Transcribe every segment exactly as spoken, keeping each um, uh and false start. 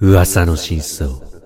噂の真相。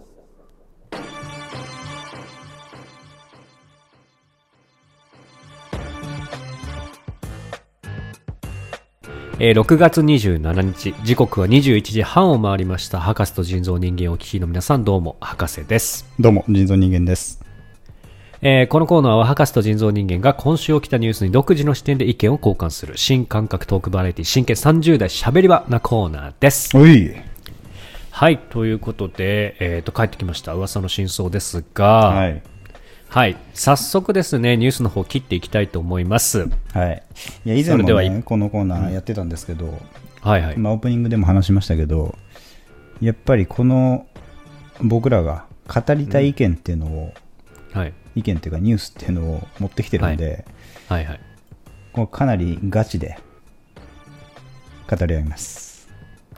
えー、ろくがつにじゅうしちにち、時刻はにじゅういちじはんを回りました。博士と人造人間をお聞きの皆さん、どうも博士です。 どうも人造人間です。 えー、このコーナーは博士と人造人間が今週起きたニュースに独自の視点で意見を交換する新感覚トークバラエティ真剣さんじゅう代しゃべり場なコーナーです。 おい。 はい、ということで、えー、と帰ってきました噂の真相ですが、 はい、 はい、早速ですねニュースの方切っていきたいと思います。 はい、いや以前も、ね、このコーナーやってたんですけど、うんはいはいまあ、オープニングでも話しましたけど、やっぱりこの僕らが語りたい意見っていうのを、うんはい、意見っていうかニュースっていうのを持ってきてるんで、はいはいはい、こうかなりガチで語り合います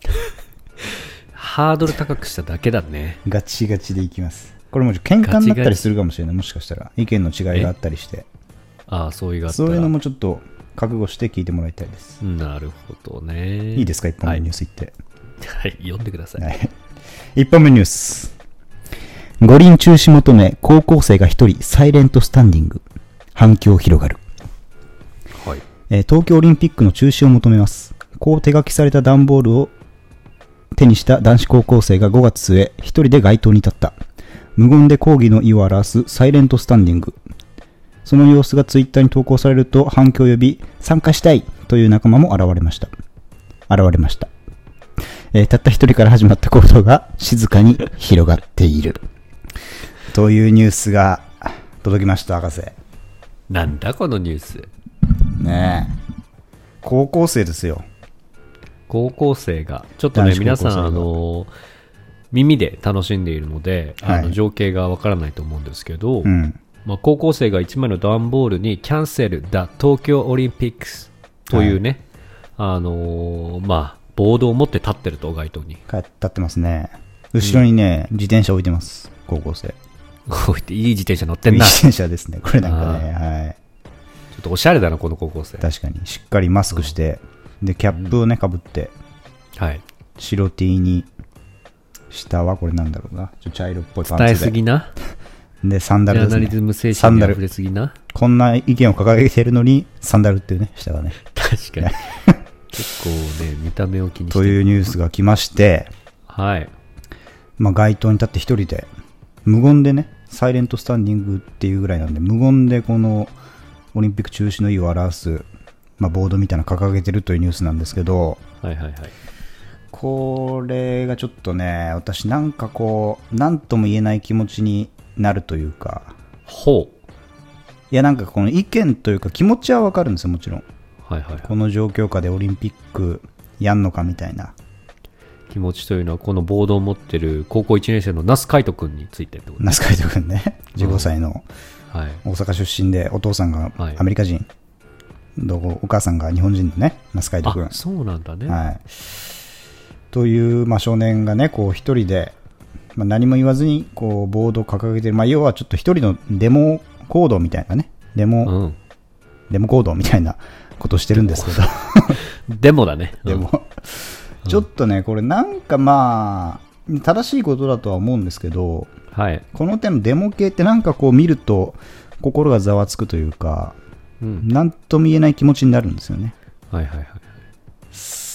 ハードル高くしただけだね。 ガチガチでいきます。これも喧嘩になったりするかもしれない。もしかしたら意見の違いがあったりして、 ああそういうがあったらそういうのもちょっと覚悟して聞いてもらいたいです。 なるほどね。 いいですか、いっぽんめニュースいって。 はい、はい、読んでください。はい、 いっぽんめニュース。五輪中止求め高校生がひとりサイレントスタンディング、反響広がる。はいえー、東京オリンピックの中止を求めます。こう手書きされた段ボールを手にした男子高校生がごがつ末、一人で街頭に立った。無言で抗議の意を表すサイレントスタンディング。その様子がツイッターに投稿されると反響を呼び、参加したいという仲間も現れました。現れました。えー、たった一人から始まった行動が静かに広がっている。というニュースが届きました、博士。 なんだこのニュース。 ねえ。高校生ですよ。 高校生がちょっとね皆さんあの耳で楽しんでいるので、はい、あの情景がわからないと思うんですけど、うんまあ、高校生がいちまいの段ボールにキャンセル The 東京オリンピックスというね、はい、あのー、まあボードを持って立ってると街頭に立ってますね。後ろにね、うん、自転車置いてます。高校生置いていい自転車乗ってんな。 いい自転車ですねこれなんかね、はい、 ちょっとおしゃれだなこの高校生。 確かにしっかりマスクして、うん、でキャップをねかぶって、うんはい、白 T に下はこれなんだろうな、ちょっと茶色っぽいパンツで伝えすぎなでサンダルですね。 ジャーナリズム精神に溢れすぎな。 こんな意見を掲げてるのにサンダルっていうね下がね確かに結構ね見た目を気にしてというニュースが来まして、 はいまあ、街頭に立って一人で無言でねサイレントスタンディングっていうぐらいなんで無言でこのオリンピック中止の意を表す、まあ、ボードみたいなの掲げてるというニュースなんですけど、はいはいはい、これがちょっとね私なんかこう何とも言えない気持ちになるというか。 ほう。 いやなんかこの意見というか気持ちはわかるんですよもちろん、はいはいはい、この状況下でオリンピックやんのかみたいな気持ちというのはこのボードを持ってる高校いちねん生の那須海斗君についてってこと。 那須海斗君ねじゅうごさいの大阪出身でお父さんがアメリカ人、はい、お母さんが日本人のね那須海斗君。 あそうなんだね、 はい、という、まあ、少年がねこう一人で、まあ、何も言わずにこうボードを掲げてる、まあ、要はちょっと一人のデモ行動みたいなねデモ、うん、デモ行動みたいなことをしてるんですけどデモだね、 うん、でもちょっとねこれなんかまあ正しいことだとは思うんですけど、はい、この手のデモ系ってなんかこう見ると心がざわつくというか、うん、なんとも言えない気持ちになるんですよね。はいはいはい。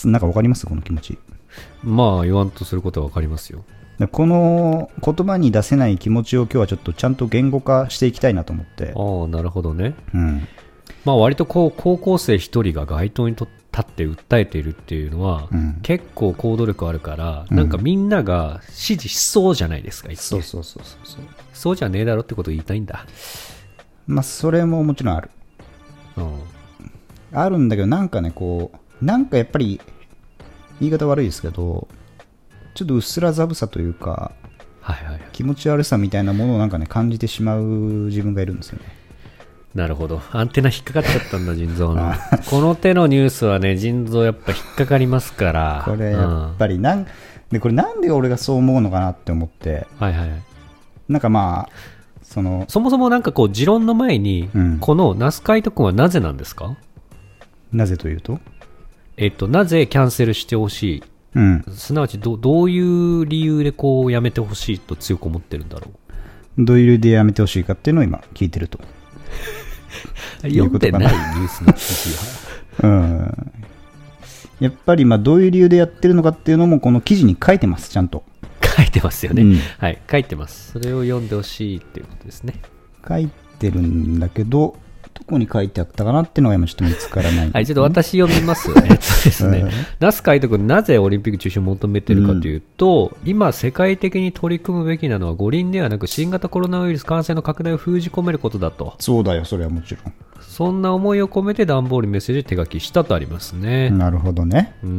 なんかわかりますこの気持ち。 まあ言わんとすることはわかりますよ。 この言葉に出せない気持ちを今日はちょっとちゃんと言語化していきたいなと思って。 ああなるほどね。うん。まあ割とこう高校生一人が街頭に立って訴えているっていうのは、うん、結構行動力あるから、うん、なんかみんなが支持しそうじゃないですか。 そうそうそうそうそう。 そうじゃねえだろってことを言いたいんだ。 まあそれももちろんある。うん。あるんだけどなんかねこうなんかやっぱり言い方悪いですけどちょっとうっすらざぶさというか、はいはいはい、気持ち悪さみたいなものをなんかね感じてしまう自分がいるんですよね。 なるほど。アンテナ引っかかっちゃったんだ腎臓のこの手のニュースはね腎臓やっぱ引っかかりますから。 これやっぱりなん、うん、でこれなんで俺がそう思うのかなって思って、はいはいはい、なんかまあそのそもそもなんかこう持論の前に、うん、この那須海斗君はなぜなんですか。 なぜというとえっとなぜキャンセルしてほしいうん、 すなわち ど, どういう理由でこうやめてほしいと強く思ってるんだろう。どういう理由でやめてほしいかっていうのを今聞いてると読んでないニュースの記事は、 うん、やっぱりまあどういう理由でやってるのかっていうのもこの記事に書いてます。ちゃんと書いてますよね、うん、はい、書いてます。それを読んでほしいっていうことですね。 書いてるんだけど、どこに書いてあったかなっていうのが今ちょっと見つからない、ね。 はい、ちょっと私読みます。えっとですね、那須海斗君、なぜオリンピック中止を求めているかというと、うん、今世界的に取り組むべきなのは五輪ではなく新型コロナウイルス感染の拡大を封じ込めることだと。 そうだよ、それはもちろん。 そんな思いを込めて段ボールメッセージで手書きしたとありますね。 なるほどね。 うん、うん、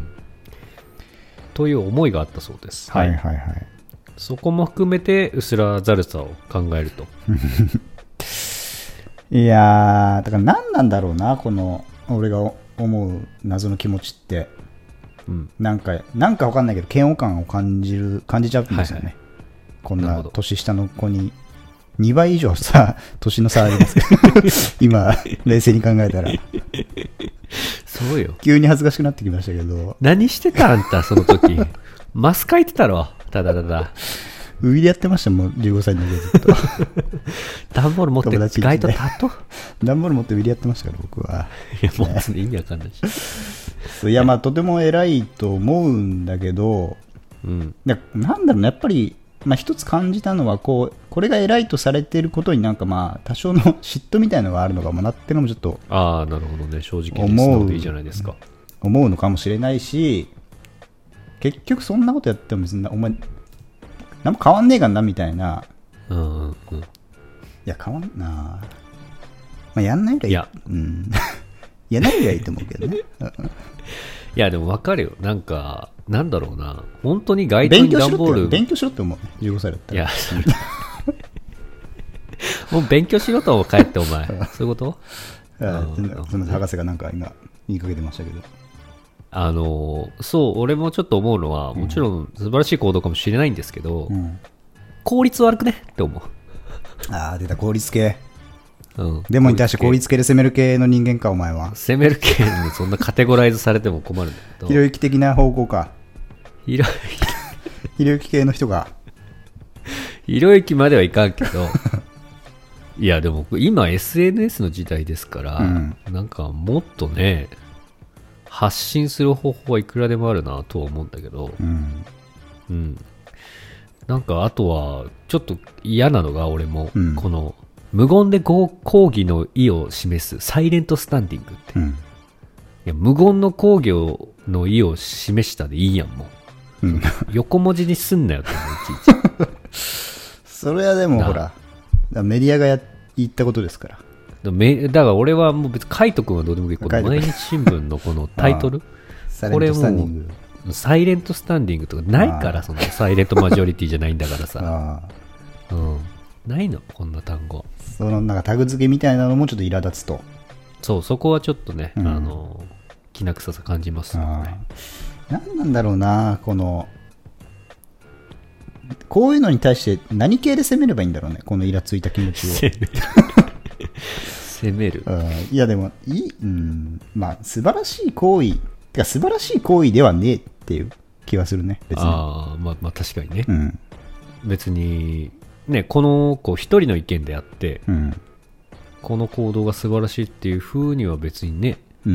という思いがあったそうです。 はいはいはい。 そこも含めて薄らざるさを考えるといやー、だから何なんだろうな、この俺が思う謎の気持ちって、うん、なんかなんか分かんないけど嫌悪感を感じる感じちゃうんですよね、はいはい、こんな年下の子ににばい以上さ年の差ありますけど今冷静に考えたらそうよ、 急に恥ずかしくなってきましたけど。 何してたあんたその時マス書いてたろ、ただただウィリやってましたもん、じゅうごさいの時ずっと段ボール持って街灯たと段ボール持ってウィリやってましたから僕は。 いやもう意味わかんないしそう、いやまあとても偉いと思うんだけど、うん、なんだろうね、やっぱり、まあ、一つ感じたのはこう、これが偉いとされていることになんかまあ多少の嫉妬みたいなのがあるのかもなっていうのもちょっと、 ああなるほどね、正直に素直でいいじゃないですか、 思うのかもしれないし、結局そんなことやっても別にお前何も変わんねえかなみたいな、うんうんうん、いや変わんな、まあ、やんないよりはいい、いや、うん、やんないよりはいいと思うけどねいやでも分かるよ、なんかなんだろうな、本当に街灯に段ボール勉強しろって思うね、じゅうごさいだったら。いやもう勉強しろと帰ってお前そういうこと？ その博士がなんか今言いかけてましたけど、 あのそう俺もちょっと思うのは、もちろん素晴らしい行動かもしれないんですけど、うん、効率悪くねって思う。 ああ出た効率系、うん、でもに対して効率系で攻める系の人間かお前は。 攻める系にそんなカテゴライズされても困るんだけどひろゆき的な方向か。 ひろひろゆき系の人がひろゆきまではいかんけどいやでも今 エスエヌエス の時代ですから、うん、なんかもっとね発信する方法はいくらでもあるなとは思うんだけど、うんうん、なんかあとはちょっと嫌なのが俺も、うん、この無言で抗議の意を示すサイレントスタンディングって、うん、いや無言の抗議の意を示したでいいやんもう、うん、横文字にすんなよっていちいちそれはでもほらメディアがや言ったことですから。 だから俺はもう別にカイト君はどうでもいい。この毎日新聞のこのタイトルこれもうサイレントスタンディングとかないから、そのサイレントマジョリティじゃないんだからさ、うん、ないのこんな単語。 そのなんかタグ付けみたいなのもちょっと苛立つと。 そう、そこはちょっとね、うん、あのきな臭さ感じますよね。 何なんだろうな、このこういうのに対して何系で攻めればいいんだろうね、このイラついた気持ちを攻める、 うん、いやでもいい、うん、まあ素晴らしい行為てか素晴らしい行為ではねえっていう気はするね、別に。 ああ、まあ、まあ確かにね、うん、別にねこの子一人の意見であって、うん、この行動が素晴らしいっていう風には別にね、うん、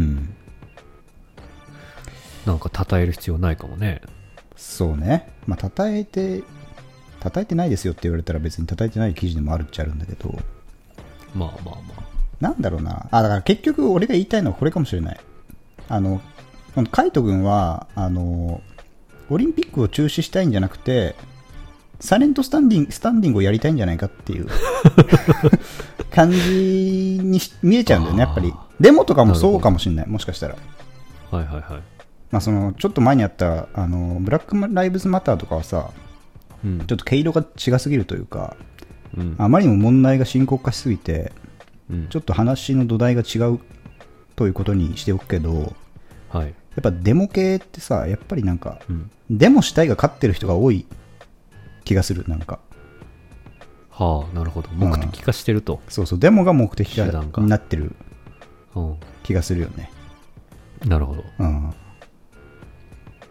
なんか称える必要ないかもね。 そうね、まあ称えて称えてないですよって言われたら別に称えてない記事でもあるっちゃあるんだけど、 まあまあまあなんだろうなあ、だから結局俺が言いたいのはこれかもしれない。あのカイト君はあのオリンピックを中止したいんじゃなくてサイレントスタンディングスタンディングをやりたいんじゃないかっていう感じに見えちゃうんだよね、やっぱり。デモとかもそうかもしれない、もしかしたら。 はいはいはい。 まあ、そのちょっと前にあったあのブラックライブズマターとかはさ、うん、ちょっと毛色が違すぎるというか、うん、あまりにも問題が深刻化しすぎて、うん、ちょっと話の土台が違うということにしておくけど、はい、やっぱデモ系ってさ、やっぱりなんか、うん、デモしたいが勝ってる人が多い気がする、なんか。 はあ、なるほど、目的化してると、 うん、そうそう、デモが目的化になってる気がするよね。 なるほど、うん、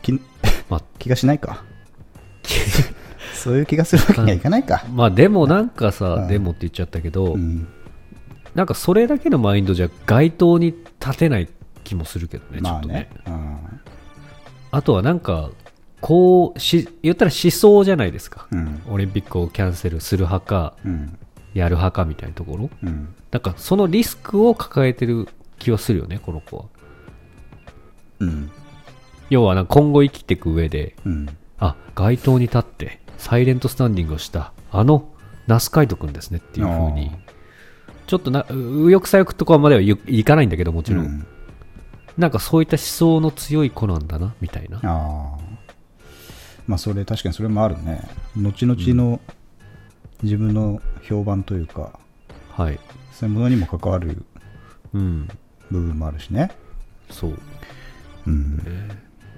き、まあ、気がしないかそういう気がするわけにはいかないか。 まあでもなんかさ、うん、でもって言っちゃったけど、うん、なんかそれだけのマインドじゃ街頭に立てない気もするけどね、ちょっとね。まあね、うん、あとはなんかこうし言ったら思想じゃないですか、うん、オリンピックをキャンセルする派か、うん、やる派かみたいなところ、うん、なんかそのリスクを抱えてる気はするよね、この子は。うん、要はなんか今後生きていく上で、うん、あ、街頭に立ってサイレントスタンディングをしたあの那須海斗くんですねっていう風に、ちょっとな右翼左翼とかまではいかないんだけどもちろん、うん、なんかそういった思想の強い子なんだなみたいな。 あ、まあそれ確かにそれもあるね。後々の自分の評判というか、うん、はい、そういうものにも関わる部分もあるしね。 そう、 うん、ね、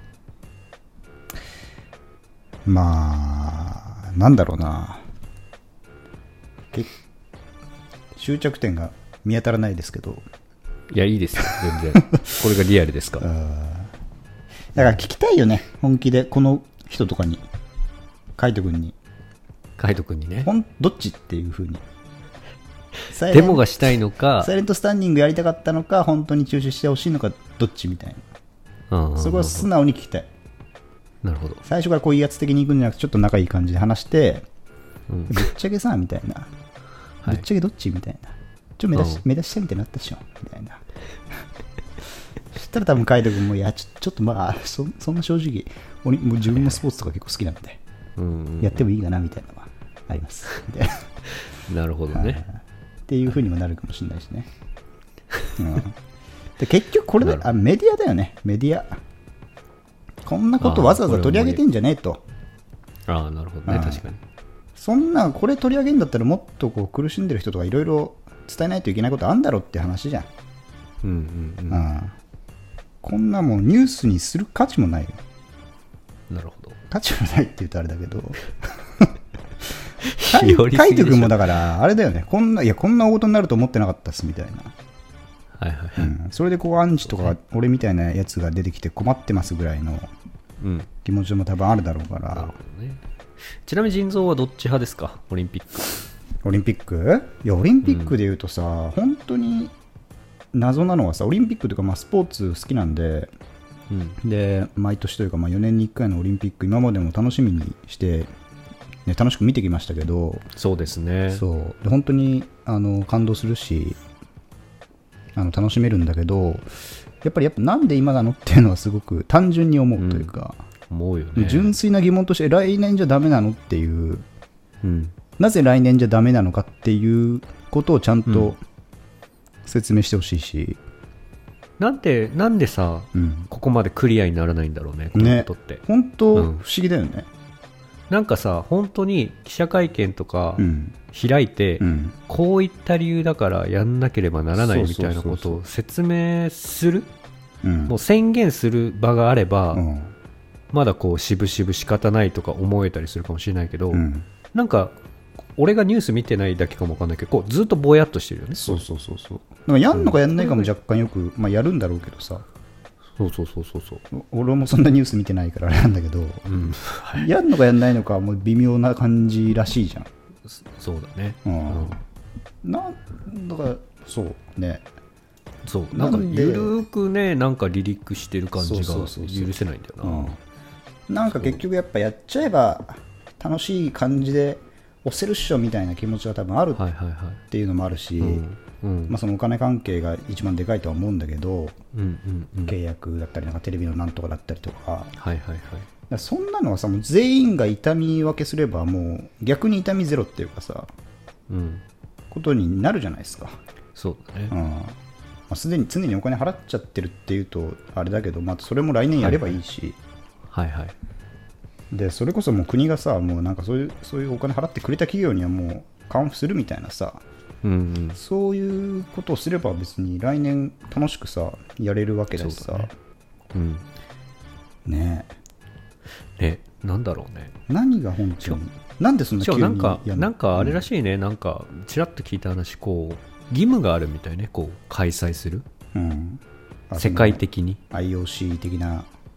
まあなんだろうな、終着点が見当たらないですけど。 いや、いいですよ全然これがリアルですから。 だから聞きたいよね、本気でこの人とかに、海斗君に海斗君にね、 ほんどっちっていう風にデモがしたいのかサイレントスタンディングやりたかったのか本当に中止してほしいのかどっちみたいな、そこは素直に聞きたい。 なるほど。 最初からこういう威圧的に行くんじゃなくてちょっと仲いい感じで話して、うん、ぶっちゃけさみたいな、ぶっちゃけどっちみたいな、ちょっと目指し、目指したみたいになったでしょみたいなそしたら多分海斗君もいやちょ、ちょっとまあ そ, そんな正直俺もう自分もスポーツとか結構好きなので、うんうん、やってもいいかなみたいなのはありますなるほどねっていう風にもなるかもしれないしね、うん、で結局これであメディアだよね。メディアこんなことわざわざ取り上げてんじゃねえと。 ああ、なるほどね、確かに。 そんなこれ取り上げるんだったらもっとこう苦しんでる人とかいろいろ伝えないといけないことあんだろって話じゃん。うんうんうん、ああこんなもんニュースにする価値もないよ。 なるほど。 価値もないって言うとあれだけど海斗君もだからあれだよね、こんないやこんな大事になると思ってなかったっすみたいな、はいはいはい、うん、それでこうアンチとか俺みたいなやつが出てきて困ってますぐらいの気持ちも多分あるだろうから、うん、なるほどね。 ちなみに腎臓はどっち派ですか、オリンピック。 オリンピックいやオリンピックでいうとさ、うん、本当に謎なのはさ、オリンピックというかまあスポーツ好きなんで、うん、で毎年というかまあよねんにいっかいのオリンピック今までも楽しみにして、ね、楽しく見てきましたけど。 そうですね。 そうで本当にあの感動するしあの楽しめるんだけど、やっぱりやっぱなんで今なのっていうのはすごく単純に思うというか、 うん、思うよね。 純粋な疑問として来年じゃダメなのっていう、うん、なぜ来年じゃダメなのかっていうことをちゃんと説明してほしいし、 うん、なんでなんでさ、うん、ここまでクリアにならないんだろうね、このことって、ね、 本当不思議だよね、うん、 なんかさ本当に記者会見とか開いて、うん、こういった理由だからやんなければならないみたいなことを説明する、うん、もう宣言する場があれば、うん、まだこうしぶしぶ仕方ないとか思えたりするかもしれないけど、うん、なんか俺がニュース見てないだけかもわかんないけど、こうずっとぼやっとしてるよね。 そうそうそうそう。だからやんのかやんないかも若干よく、まあ、やるんだろうけどさ。 そうそうそうそうそう。 俺もそんなニュース見てないからあれなんだけど、うんはい、やんのかやんないのかはもう微妙な感じらしいじゃん。 そうだね。うん。 なんだからそうね。 そうなんかゆるくねなんか離陸してる感じが許せないんだよな。うん、 なんか結局やっぱやっちゃえば楽しい感じで押せるっしょみたいな気持ちが多分あるっていうのもあるし、まあそのお金関係が一番でかいとは思うんだけど、うんうんうん、契約だったりなんかテレビのなんとかだったりとか、はいはいはい、だそんなのはさもう全員が痛み分けすればもう逆に痛みゼロっていうかさ、うん、ことになるじゃないですか。 そうだね。うんまあ、すでに常にお金払っちゃってるっていうとあれだけど、まあ、それも来年やればいいし、はいはい、はいはいでそれこそもう国がさもうなんかそういうそういうお金払ってくれた企業にはもう還付するみたいなさ、うんうん、そういうことをすれば別に来年楽しくさやれるわけだしさ、ねうん、ねえねなんだろうね何が本当になんでそんな急になんかなんかあれらしいね、うん、なんかちらっと聞いた話こう義務があるみたいねこう開催する、うん、世界的にアイオーシー 的な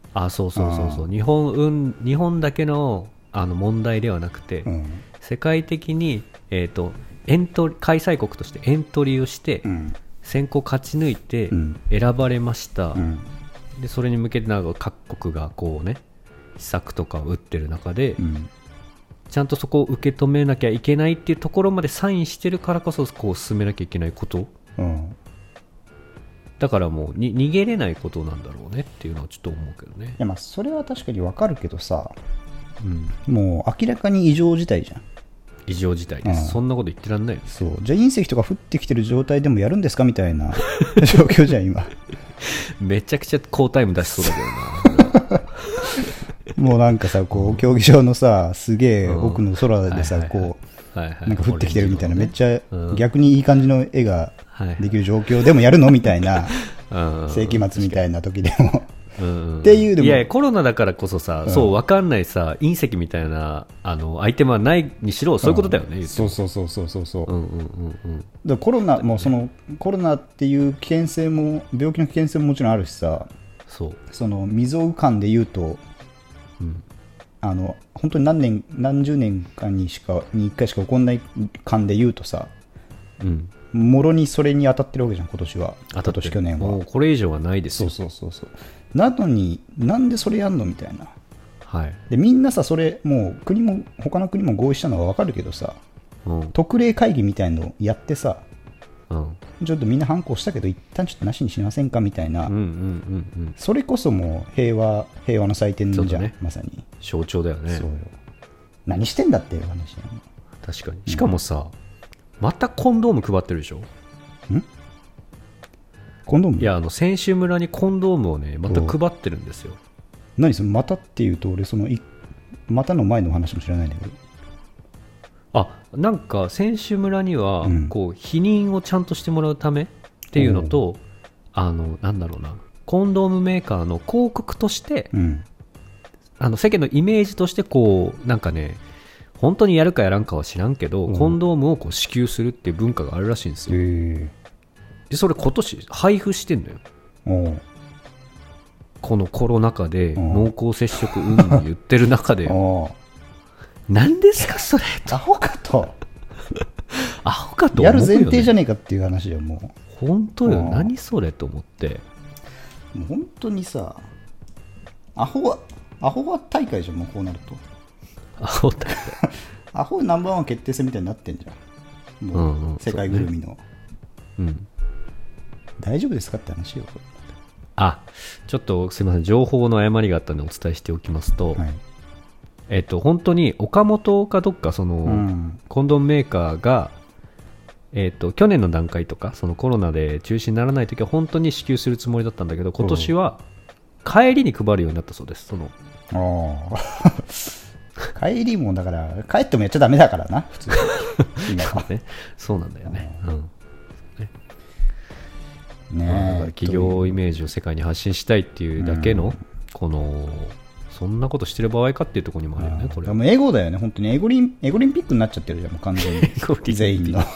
あ、そうそうそうそう、日本、うん、日本だけの、あの問題ではなくて、うん、世界的に、えーと、エント開催国としてエントリーをして、うん、選考勝ち抜いて選ばれました、うん、でそれに向けてなんか各国がこうね施策とかを打ってる中で、うん、ちゃんとそこを受け止めなきゃいけないっていうところまでサインしてるからこそこう進めなきゃいけないこと、うん、だからもうに逃げれないことなんだろうねっていうのはちょっと思うけどね。いや、まあそれは確かに分かるけどさ、うん、もう明らかに異常事態じゃん。 異常事態です、うん、そんなこと言ってらんないです。 そう、じゃあ隕石とか降ってきてる状態でもやるんですかみたいな状況じゃん今。 めちゃくちゃ好タイム出しそうだけどな。 もうなんかさ、こう競技場のさすげえ奥の空でさ、こうなんか降ってきてるみたいな、めっちゃ逆にいい感じの絵ができる状況でもやるのみたいな、世紀末みたいな時でもっていうでも、 いやコロナだからこそさ、うん、そう分かんないさ隕石みたいなあのアイテムはないにしろそういうことだよね、うん、 そうそうそうそうそうそう、うんうんうんうん、コロナもそのコロナっていう危険性も病気の危険性ももちろんあるしさ、そうその未曾有感で言うと、うん、あの本当に何年何十年間にしかにいっかいしか起こんない感で言うとさ、うんもろにそれに当たってるわけじゃん今年は。今年去年はもうこれ以上はないですよ。 そうそうそうそうなのになんでそれやんのみたいな、はい、でみんなさそれもう国も他の国も合意したのは分かるけどさ、うん、特例会議みたいのやってさ、うん、ちょっとみんな反抗したけど一旦ちょっとなしにしませんかみたいな、うんうんうんうん、それこそもう平和平和の祭典じゃん、ね、まさに象徴だよね。そうよ何してんだっていう話だよね。 確かに。しかもさ、うんまたコンドーム配ってるでしょ。んコンドーム？ いやあの選手村にコンドームをねまた配ってるんですよ。 何そのまたっていうと俺そのいまたの前の話も知らないんだけど。 あなんか選手村には、うん、こう避妊をちゃんとしてもらうためっていうのと、あのなんだろうなコンドームメーカーの広告として、うん、あの世間のイメージとしてこうなんかね本当にやるかやらんかは知らんけど、うん、コンドームをこう支給するっていう文化があるらしいんですよ。でそれ今年配布してんのよ。このコロナ禍で濃厚接触うんぬん言ってる中で何ですかそれアホかとアホかと思うよ、ね、 やる前提じゃねえかっていう話よ。もう本当よ何それと思って。 もう本当にさアホはアホは大会じゃんもうこうなると。 アホだアホナンバーワン決定戦みたいになってんじゃんもう、うんうん、世界ぐるみの、うねうん、大丈夫ですかって話よ。 あちょっとすみません情報の誤りがあったのでお伝えしておきますと、はいえっと、本当に岡本かどっかその、うん、コンドームメーカーが、えっと、去年の段階とかそのコロナで中止にならないときは本当に支給するつもりだったんだけど今年は帰りに配るようになったそうです。そのあ帰りもだから帰ってもやっちゃダメだからな普通今はねそうなんだよね。うんねねだから企業イメージを世界に発信したいっていうだけの、うん、このそんなことしてる場合かっていうところにもあるよね。これでもエゴだよね本当にエゴリンエゴリンピックになっちゃってるじゃんもう完全に全員の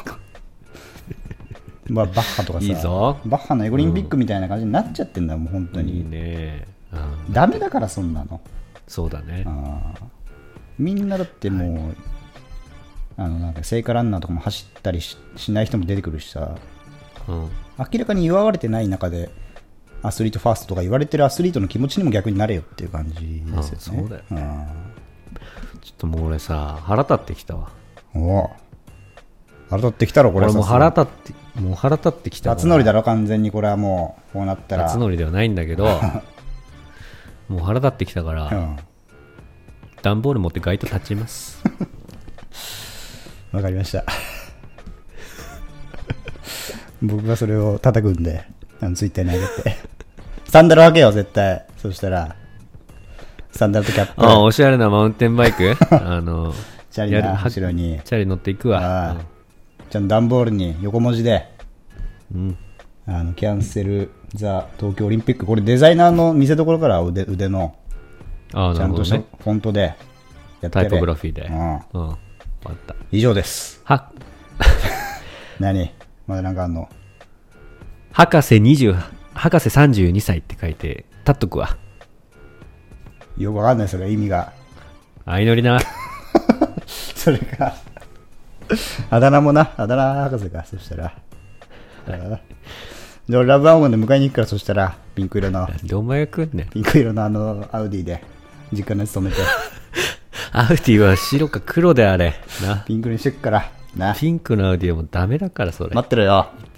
まあバッハとかさいいぞバッハのエゴリンピックみたいな感じになっちゃってんだもう本当に、うん、いいね、うん、ダメだからそんなの。 そうだね。あみんなだってもう、はい、あのなんか聖火ランナーとかも走ったり し, しない人も出てくるしさ、うん、明らかに祝われてない中でアスリートファーストとか言われてるアスリートの気持ちにも逆になれよっていう感じですよね。そうだよね。 ちょっともう俺さ腹立ってきたわ。 お腹立ってきたろこれ。 俺もう腹立ってもう腹立ってきたわ。 辰徳だろ完全にこれはもうこうなったら。 辰徳ではないんだけどもう腹立ってきたから、うん段ボール持って街灯立ちますわかりました僕がそれを叩くんであのツイッターに上げてサンダル開けよ絶対。そしたらサンダルとキャップあおしゃれなマウンテンバイクあのチャリな後ろにチャリ乗っていくわ。あ、うん、 ちゃんと段ボールに横文字で、うん、あのキャンセルザ東京オリンピックこれデザイナーの見せ所から 腕, 腕のあちゃんとしたフォントでやってタイポグラフィーで、うんうん、分かった以上です。 は何まだなんかあんの博士にじゅう博士さんじゅうにさいって書いて立っとくわ。 よくわかんない、それ意味が。 相乗りな。 それか。あだ名もな、あだ名博士か、そしたら。で、俺ラブワゴンで迎えに行くから、そしたら、ピンク色の。 どお前が来んねん。 ピンク色のあの、アウディで、実家のやつ止めて。 アウディは白か黒であれ。な。 ピンクにしてくから。な。 ピンクのアウディはもうダメだから、それ。 待ってろよ。